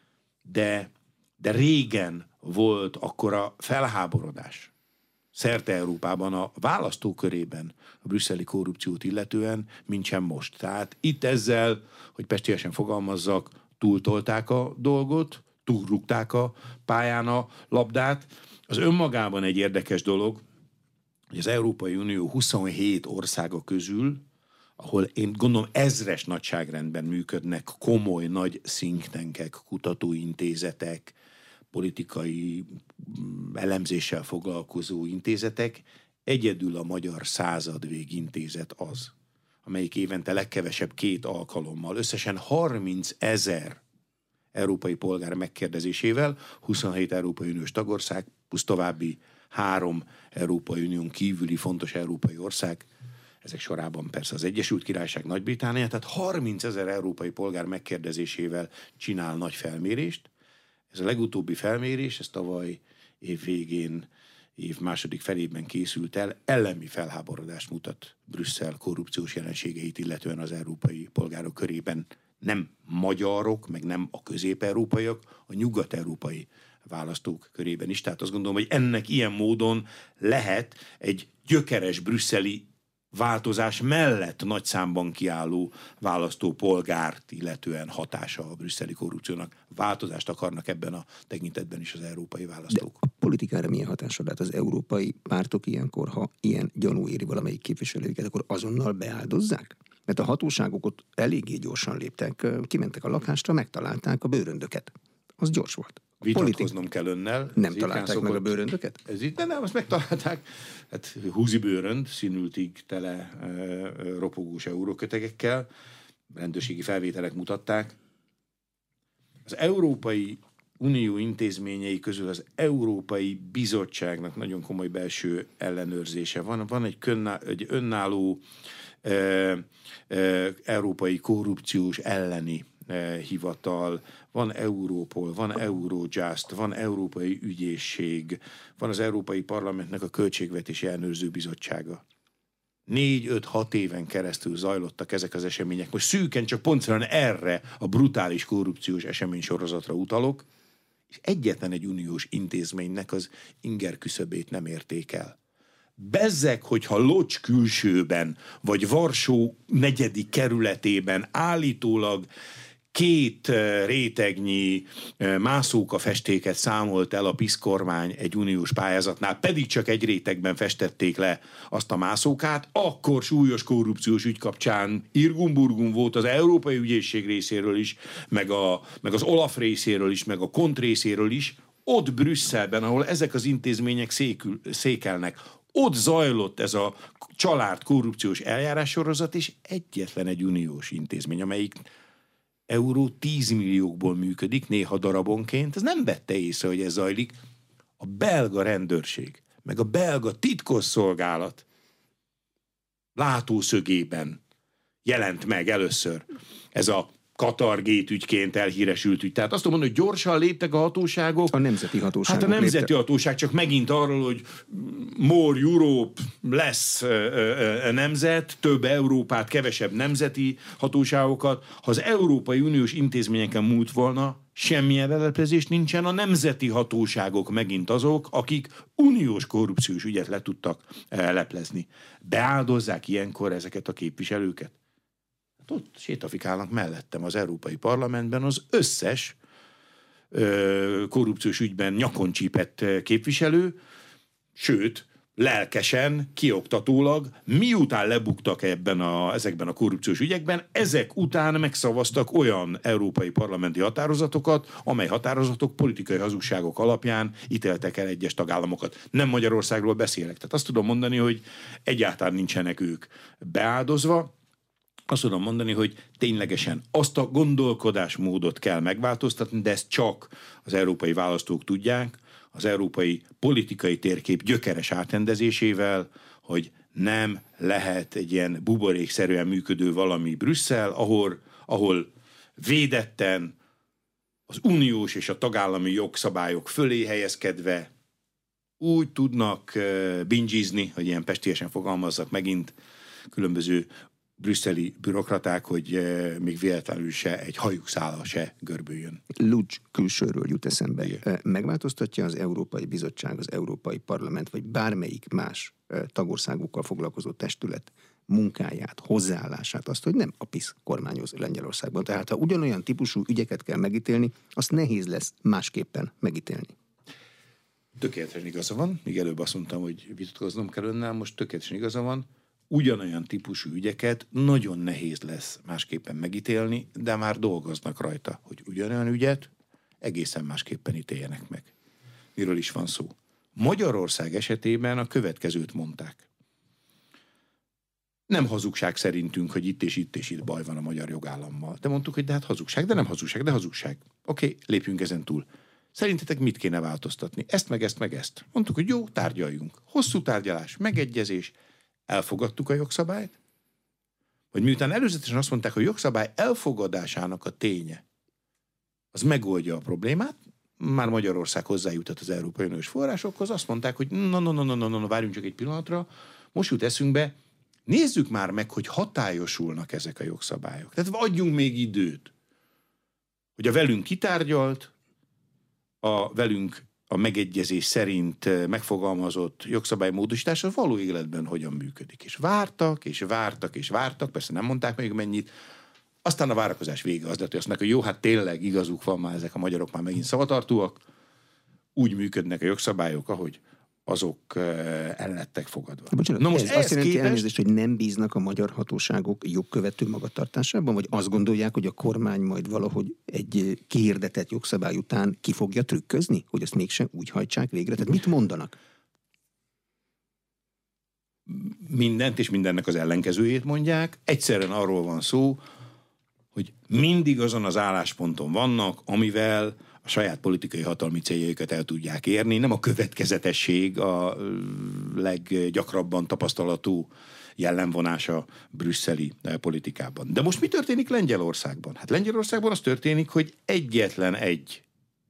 de, de régen volt akkora felháborodás szerte Európában a választókörében a brüsszeli korrupciót illetően, mint sem most. Tehát itt ezzel, hogy pestélyesen fogalmazzak, túltolták a dolgot, túlrúgták a pályán a labdát. Az önmagában egy érdekes dolog, hogy az Európai Unió huszonhét országa közül, ahol én gondolom ezres nagyságrendben működnek komoly nagy think tankek, kutatóintézetek, politikai elemzéssel foglalkozó intézetek, egyedül a Magyar Századvég Intézet az, amelyik évente legkevesebb két alkalommal, összesen harminc ezer európai polgár megkérdezésével, huszonhét Európai Uniós tagország, plusz további három Európai Unión kívüli fontos európai ország, ezek sorában persze az Egyesült Királyság, Nagy-Britannia, tehát harminc ezer európai polgár megkérdezésével csinál nagy felmérést. Ez a legutóbbi felmérés, ez tavaly év végén, év második felében készült el, elemi felháborodást mutat Brüsszel korrupciós jelenségeit, illetően az európai polgárok körében. Nem magyarok, meg nem a közép-európaiak, a nyugat-európai választók körében is. Tehát azt gondolom, hogy ennek ilyen módon lehet egy gyökeres brüsszeli változás mellett nagy számban kiálló választópolgárt illetően hatása a brüsszeli korrupciónak. Változást akarnak ebben a tekintetben is az európai választók. De a politikára milyen hatása lehet az európai pártok ilyenkor, ha ilyen gyanú éri valamelyik képviselőket, akkor azonnal beáldozzák? Mert a hatóságok ott eléggé gyorsan léptek, kimentek a lakásra, megtalálták a bőröndöket. Az gyors volt. Vitatkoznom politik... kell önnel. Nem találták szokott... meg a bőröndöket? Ez itt, de nem, azt megtalálták. Hát húzi bőrönd, színültig tele e, ropogós eurókötegekkel, rendőrségi felvételek mutatták. Az Európai Unió intézményei közül az Európai Bizottságnak nagyon komoly belső ellenőrzése van. Van egy, könná, egy önálló e, e, európai korrupciós elleni hivatal, van Europol, van Eurojust, van Európai Ügyészség, van az Európai Parlamentnek a Költségvetési Ellenőrző Bizottsága. Négy, öt, hat éven keresztül zajlottak ezek az események. Most szűken csak pontszerűen erre a brutális korrupciós eseménysorozatra utalok, és egyetlen egy uniós intézménynek az inger küszöbét nem érték el. Bezzeg, hogyha Lodz külsőben, vagy Varsó negyedik kerületében állítólag két rétegnyi mászóka festéket számolt el a PiS kormány egy uniós pályázatnál, pedig csak egy rétegben festették le azt a mászókát, akkor súlyos korrupciós ügy kapcsán irgumburgum volt az Európai Ügyészség részéről is, meg, a, meg az Olaf részéről is, meg a Kont részéről is, ott Brüsszelben, ahol ezek az intézmények székül, székelnek, ott zajlott ez a család korrupciós eljárássorozat, és egyetlen egy uniós intézmény, amelyik euró tíz milliókból működik, néha darabonként, ez nem vette észre, hogy ez zajlik. A belga rendőrség, meg a belga titkosszolgálat látószögében jelent meg először ez a Qatargate ügyként elhíresült ügy. Tehát azt tudom mondani, hogy gyorsan léptek a hatóságok. A nemzeti hatóságok. Hát a nemzeti léptek. hatóság csak megint arról, hogy more Europe, lesz nemzet, több Európát, kevesebb nemzeti hatóságokat. Ha az Európai Uniós intézményeken múlt volna, semmilyen leleplezés nincsen, a nemzeti hatóságok megint azok, akik uniós korrupciós ügyet le tudtak leplezni. Beáldozzák ilyenkor ezeket a képviselőket? Ott sétafikálnak mellettem az Európai Parlamentben az összes ö, korrupciós ügyben nyakon csípett képviselő, sőt, lelkesen, kioktatólag, miután lebuktak ebben a, ezekben a korrupciós ügyekben, ezek után megszavaztak olyan európai parlamenti határozatokat, amely határozatok politikai hazugságok alapján ítéltek el egyes tagállamokat. Nem Magyarországról beszélek. Tehát azt tudom mondani, hogy egyáltalán nincsenek ők beáldozva. Azt tudom mondani, hogy ténylegesen azt a gondolkodásmódot kell megváltoztatni, de ezt csak az európai választók tudják, az európai politikai térkép gyökeres átrendezésével, hogy nem lehet egy ilyen buborékszerűen működő valami Brüsszel, ahol, ahol védetten az uniós és a tagállami jogszabályok fölé helyezkedve úgy tudnak bingizni, hogy ilyen pestélyesen fogalmazzak megint, különböző brüsszeli bürokraták, hogy még véletlenül se egy hajuk szála se görbüljön. Ludge külsőről jut eszembe. Igen. Megváltoztatja az Európai Bizottság, az Európai Parlament, vagy bármelyik más tagországokkal foglalkozó testület munkáját, hozzáállását, azt, hogy nem a PiS kormányoz Lengyelországban. Tehát ha ugyanolyan típusú ügyeket kell megítélni, azt nehéz lesz másképpen megítélni. Tökéletesen igaza van. Még előbb azt mondtam, hogy vitatkoznom kell önnel, most tökéletesen igaza van. Ugyanolyan típusú ügyeket nagyon nehéz lesz másképpen megítélni, de már dolgoznak rajta, hogy ugyanolyan ügyet egészen másképpen ítéljenek meg. Miről is van szó? Magyarország esetében a következőt mondták. Nem hazugság szerintünk, hogy itt és itt és itt baj van a magyar jogállammal. De mondtuk, hogy de hát hazugság, de nem hazugság, de hazugság. Oké, okay, lépjünk ezen túl. Szerintetek mit kéne változtatni? Ezt meg ezt meg ezt. Mondtuk, hogy jó, tárgyaljunk. Hosszú tárgyalás, megegyezés. Elfogadtuk a jogszabályt? Vagy miután előzetesen azt mondták, hogy a jogszabály elfogadásának a ténye, az megoldja a problémát, már Magyarország hozzájutott az Európai Uniós forrásokhoz, azt mondták, hogy na, na, na, na, na, na, várjunk csak egy pillanatra, most jut eszünkbe, nézzük már meg, hogy hatályosulnak ezek a jogszabályok. Tehát adjunk még időt, hogy a velünk kitárgyalt, a velünk a megegyezés szerint megfogalmazott jogszabálymódosítás a való életben hogyan működik. És vártak, és vártak, és vártak, persze nem mondták még mennyit, aztán a várakozás vége az lett, hogy azt mondják, hogy jó, hát tényleg igazuk van, már ezek a magyarok már megint szavatartúak, úgy működnek a jogszabályok, ahogy azok el lettek fogadva. Bocsánat, Na most ez azt jelenti képest... elnézést, hogy nem bíznak a magyar hatóságok jogkövető magatartásában, vagy azt gondolják, hogy a kormány majd valahogy egy kihirdetett jogszabály után ki fogja trükközni, hogy ezt mégsem úgy hajtsák végre? Tehát mit mondanak? Mindent és mindennek az ellenkezőjét mondják. Egyszerűen arról van szó, hogy mindig azon az állásponton vannak, amivel a saját politikai hatalmi céljaikat el tudják érni. Nem a következetesség a leggyakrabban tapasztalatú jellemvonása brüsszeli politikában. De most mi történik Lengyelországban? Hát Lengyelországban az történik, hogy egyetlen egy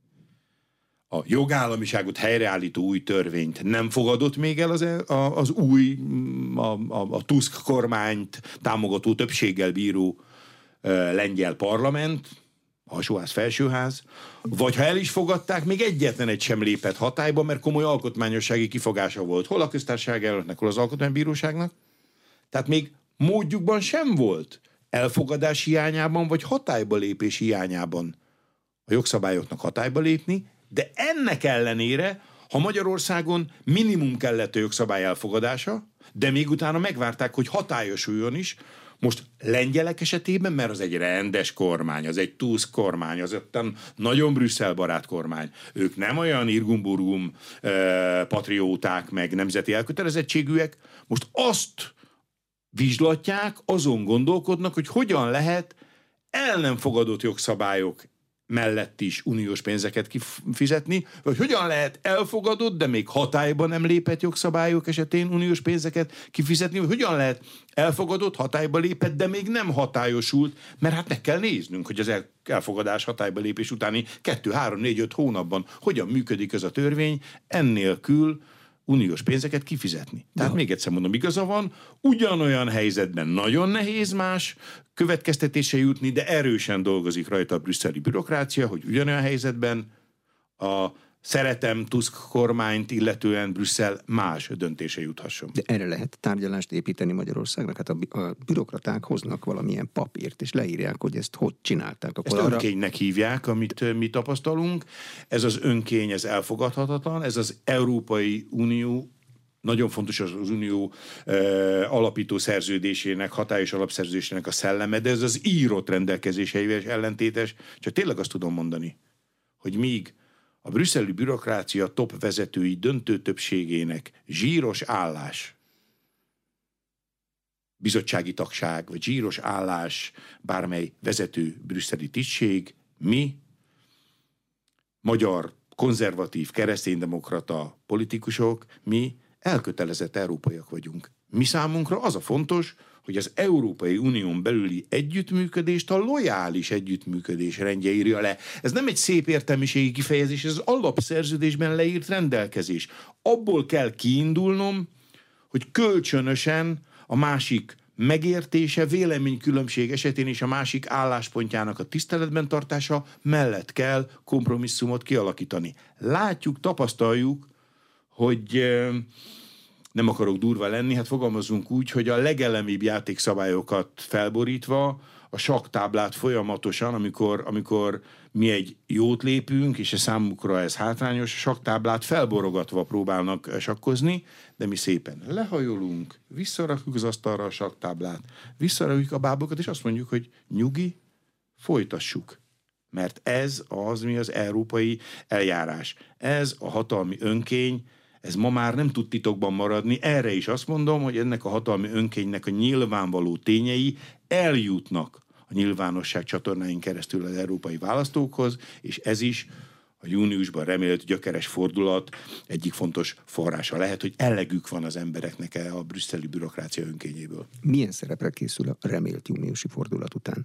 a jogállamiságot helyreállító új törvényt nem fogadott még el az, az új, a, a, a Tusk kormányt támogató többséggel bíró lengyel parlament, alsóház, felsőház, vagy ha el is fogadták, még egyetlen egy sem lépett hatályba, mert komoly alkotmányossági kifogása volt. Hol a köztársaság elnöknek, hol az alkotmánybíróságnak. Tehát még módjukban sem volt elfogadás hiányában, vagy hatályba lépés hiányában a jogszabályoknak hatályba lépni, de ennek ellenére, ha Magyarországon minimum kellett a jogszabály elfogadása, de még utána megvárták, hogy hatályosuljon is. Most lengyelek esetében, mert az egy rendes kormány, az egy Tusk kormány, az ottan nagyon Brüsszel-barát kormány. Ők nem olyan irgumburgum eh, patrióták, meg nemzeti elkötelezettségűek. Most azt vizslatják, azon gondolkodnak, hogy hogyan lehet el nem fogadott jogszabályok mellett is uniós pénzeket kifizetni, vagy hogyan lehet elfogadott, de még hatályban nem lépett jogszabályok esetén uniós pénzeket kifizetni, vagy hogyan lehet elfogadott, hatályba lépett, de még nem hatályosult, mert hát meg kell néznünk, hogy az elfogadás hatályba lépés utáni kettő, három, négy, öt hónapban hogyan működik ez a törvény, ennélkül uniós pénzeket kifizetni. Tehát még egyszer mondom, igaza van, ugyanolyan helyzetben nagyon nehéz más következtetése jutni, de erősen dolgozik rajta a brüsszeli bürokrácia, hogy ugyanolyan helyzetben a szeretem Tusk kormányt illetően Brüsszel más döntése juthasson. De erre lehet tárgyalást építeni Magyarországnak? Hát a, a bürokraták hoznak valamilyen papírt, és leírják, hogy ezt hogy csinálták. Akkor ezt arra... önkénynek hívják, amit mi tapasztalunk. Ez az önkény, ez elfogadhatatlan. Ez az Európai Unió, nagyon fontos az, az Unió e, alapító szerződésének, hatályos alapszerződésének a szelleme, de ez az írott rendelkezéseivel ellentétes. Csak tényleg azt tudom mondani, hogy míg a brüsszeli bürokrácia top vezetői döntő többségének zsíros állás, bizottsági tagság, vagy zsíros állás bármely vezető brüsszeli tisztség, mi magyar konzervatív, kereszténydemokrata politikusok, mi elkötelezett európaiak vagyunk. Mi számunkra az a fontos, hogy az Európai Unión belüli együttműködést a lojális együttműködés rendje írja le. Ez nem egy szép értelmiségi kifejezés, ez az alapszerződésben leírt rendelkezés. Abból kell kiindulnom, hogy kölcsönösen a másik megértése, véleménykülönbség esetén is a másik álláspontjának a tiszteletben tartása mellett kell kompromisszumot kialakítani. Látjuk, tapasztaljuk, hogy nem akarok durva lenni, hát fogalmazunk úgy, hogy a legelemibb játékszabályokat felborítva, a sakktáblát folyamatosan, amikor, amikor mi egy jót lépünk, és a számukra ez hátrányos, a sakktáblát felborogatva próbálnak sakkozni, de mi szépen lehajolunk, visszarakjuk az asztalra a sakktáblát, visszarakjuk a bábokat, és azt mondjuk, hogy nyugi, folytassuk. Mert ez az, mi az európai eljárás. Ez a hatalmi önkény, ez ma már nem tud titokban maradni. Erre is azt mondom, hogy ennek a hatalmi önkénynek a nyilvánvaló tényei eljutnak a nyilvánosság csatornáin keresztül az európai választókhoz, és ez is a júniusban remélt gyökeres fordulat egyik fontos forrása lehet, hogy elegük van az embereknek a brüsszeli bürokrácia önkényéből. Milyen szerepre készül a remélt júniusi fordulat után?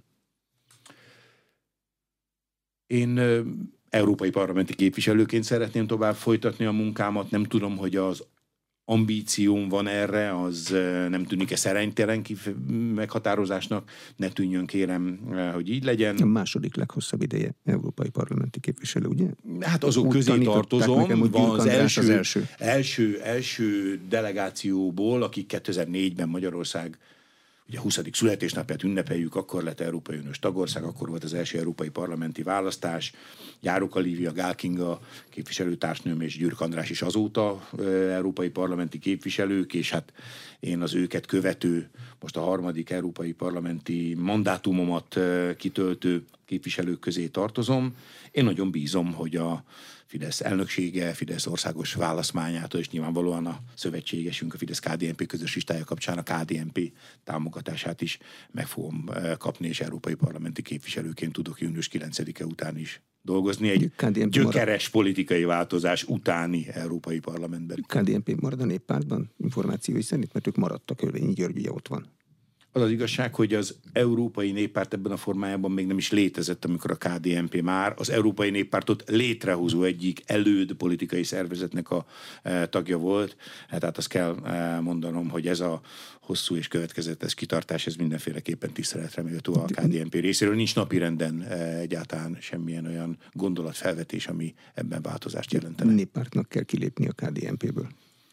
Én európai parlamenti képviselőként szeretném tovább folytatni a munkámat. Nem tudom, hogy az ambícióm van erre, az nem tűnik-e szerénytelen meghatározásnak. Ne tűnjön, kérem, hogy így legyen. A második leghosszabb ideje európai parlamenti képviselő, ugye? Hát azok közé tartozom. Nekem, van az első, az első. első, első delegációból, akik kétezer-négyben Magyarország ugye huszadik születésnapját ünnepeljük, akkor lett Európai Uniós tagország, akkor volt az első európai parlamenti választás. Járóka Lívia, Gál Kinga képviselőtársnőm és Gyürk András is azóta e, európai parlamenti képviselők, és hát én az őket követő, most a harmadik európai parlamenti mandátumomat e, kitöltő képviselők közé tartozom. Én nagyon bízom, hogy a Fidesz elnöksége, Fidesz országos választmányától, és nyilvánvalóan a szövetségesünk, a Fidesz-ká dé en pé közös listája kapcsán a ká dé en pé támogatását is meg fogom kapni, és európai parlamenti képviselőként tudok június kilencedike után is dolgozni egy gyökeres marad... politikai változás utáni európai parlamentben. ká dé en pé marad a Néppártban információi szerint, mert ők maradtak, Örvényi György ugye ott van. Az az igazság, hogy az Európai Néppárt ebben a formájában még nem is létezett, amikor a ká dé en pé már az Európai Néppártot létrehozó egyik előd politikai szervezetnek a e, tagja volt. Tehát azt kell e, mondanom, hogy ez a hosszú és következetes kitartás, ez mindenféleképpen tiszteletre méltó a ká dé en pé részéről. Nincs napirenden e, egyáltalán semmilyen olyan gondolatfelvetés, ami ebben változást jelentene. A Néppártnak kell kilépni a ká dé en péből.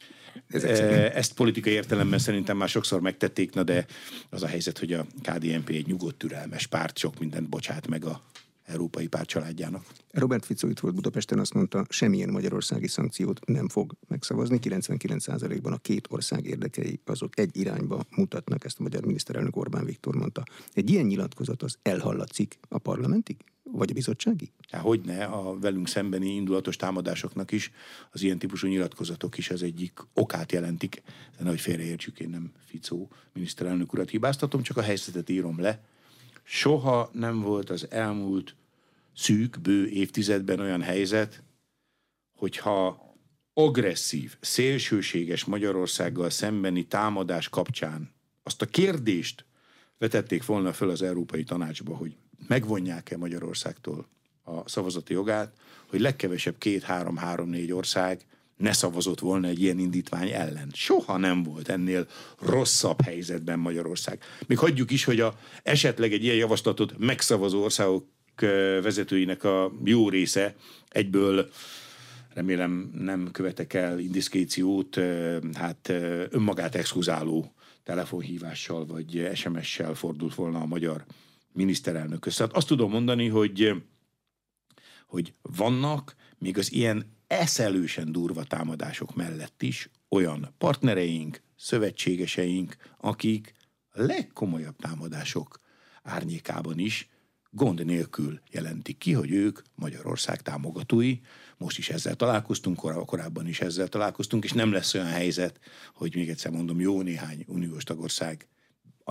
Ezt politikai értelemben szerintem már sokszor megtették, na de az a helyzet, hogy a ká dé en pé egy nyugodt, türelmes párt, sok mindent bocsát meg a európai párt családjának. Robert Fico itt volt Budapesten, azt mondta, semmilyen magyarországi szankciót nem fog megszavazni. kilencvenkilenc százalékban a két ország érdekei azok egy irányba mutatnak, ezt a magyar miniszterelnök Orbán Viktor mondta. Egy ilyen nyilatkozat az elhallatszik a parlamentig? Vagy a bizottsági? Hát hogyne, a velünk szembeni indulatos támadásoknak is az ilyen típusú nyilatkozatok is az egyik okát jelentik. De nehogy félreértsük, én nem Fico miniszterelnök urat hibáztatom, csak a helyzetet írom le. Soha nem volt az elmúlt szűk, bő évtizedben olyan helyzet, hogyha agresszív, szélsőséges Magyarországgal szembeni támadás kapcsán azt a kérdést vetették volna föl az Európai Tanácsba, hogy megvonják-e Magyarországtól a szavazati jogát, hogy legkevesebb két, három, három, négy ország ne szavazott volna egy ilyen indítvány ellen. Soha nem volt ennél rosszabb helyzetben Magyarország. Még hagyjuk is, hogy a, esetleg egy ilyen javaslatot megszavazó országok vezetőinek a jó része egyből, remélem nem követek el indiszkréciót, hát önmagát exkluzáló telefonhívással vagy es em es-sel fordult volna a magyar miniszterelnökhöz. Tehát azt tudom mondani, hogy, hogy vannak még az ilyen eszelősen durva támadások mellett is olyan partnereink, szövetségeseink, akik a legkomolyabb támadások árnyékában is gond nélkül jelentik ki, hogy ők Magyarország támogatói. Most is ezzel találkoztunk, korá- korábban is ezzel találkoztunk, és nem lesz olyan helyzet, hogy még egyszer mondom, jó néhány uniós tagország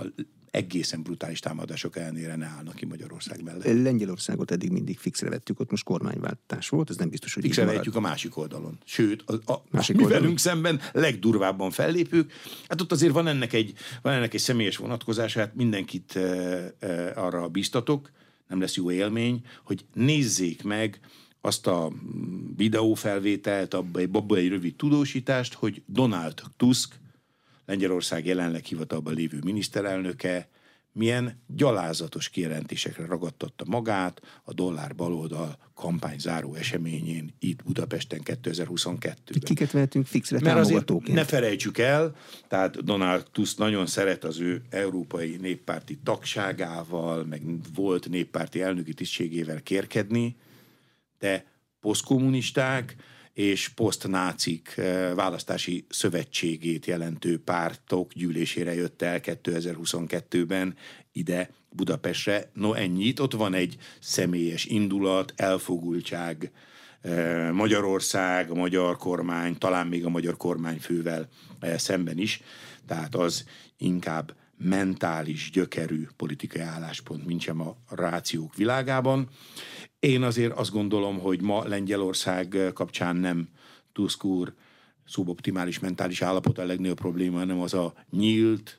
egészen brutális támadások ellenére ne állnak ki Magyarország mellett. Lengyelországot eddig mindig fixre vettük, ott most kormányváltás volt, ez nem biztos, hogy fixre vetjük a másik oldalon. Sőt, a, a, másik mi oldalon? velünk szemben legdurvábban fellépők. Hát ott azért van ennek egy, van ennek egy személyes vonatkozása, hát mindenkit e, e, arra biztatok, nem lesz jó élmény, hogy nézzék meg azt a videófelvételt, abba egy rövid tudósítást, hogy Donald Tusk, Lengyelország jelenleg hivatalban lévő miniszterelnöke, milyen gyalázatos kijelentésekre ragadtatta magát a dollár baloldal kampányzáró eseményén itt Budapesten kétezer-huszonkettőben. Kiket vehetünk fixre Mert támogatóként? azért ne felejtsük el, tehát Donald Tusk nagyon szeret az ő európai néppárti tagságával, meg volt néppárti elnöki tisztségével kérkedni, de posztkommunisták és posztnácik választási szövetségét jelentő pártok gyűlésére jött el kétezer-huszonkettőben ide Budapestre. No ennyit, ott van egy személyes indulat, elfogultság, Magyarország, a magyar kormány, talán még a magyar kormányfővel szemben is, tehát az inkább mentális, gyökerű politikai álláspont, mintsem a rációk világában. Én azért azt gondolom, hogy ma Lengyelország kapcsán nem Tusk úr szuboptimális mentális állapot a legnagyobb probléma, hanem az a nyílt,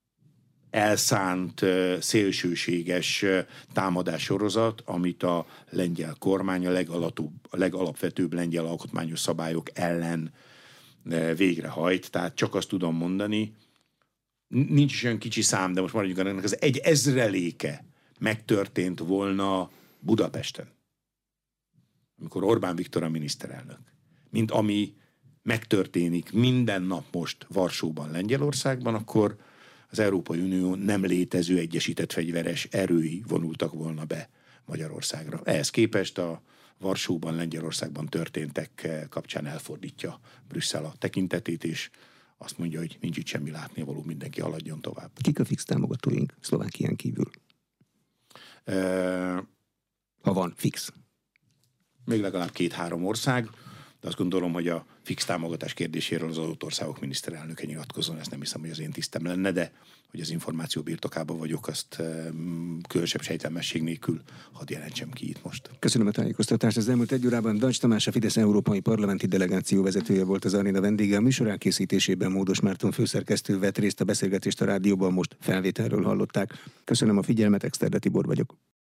elszánt, szélsőséges támadássorozat, amit a lengyel kormány a, a legalapvetőbb lengyel alkotmányos szabályok ellen végrehajt. Tehát csak azt tudom mondani, nincs is olyan kicsi szám, de most maradjunk ennek, az egy ezreléke megtörtént volna Budapesten, amikor Orbán Viktor a miniszterelnök, mint ami megtörténik minden nap most Varsóban, Lengyelországban, akkor az Európai Unió nem létező egyesített fegyveres erői vonultak volna be Magyarországra. Ehhez képest a Varsóban, Lengyelországban történtek kapcsán elfordítja Brüsszel a tekintetét, és azt mondja, hogy nincs itt semmi látnivaló, mindenki haladjon tovább. Kik a fix támogatóink Szlovákián kívül? Uh, ha van fix. Még legalább két-három ország, de azt gondolom, hogy a fix támogatás kérdéséről az adott országok miniszterelnöke nyilatkozzon, ezt nem hiszem, hogy az én tisztem lenne, de hogy az információ birtokában vagyok, azt um, különösebb sejtelmesség nélkül hadd jelentsem ki itt most. Köszönöm a tájékoztatást. Az elmúlt egy órában Dajcs Tamás, a Fidesz európai parlamenti delegáció vezetője volt az aréna vendége. A műsor elkészítésében Módos Márton főszerkesztő vett részt, a beszélgetést a rádióban most felvételről hallották. Köszönöm a figyelmet, Exterde Tibor vagyok.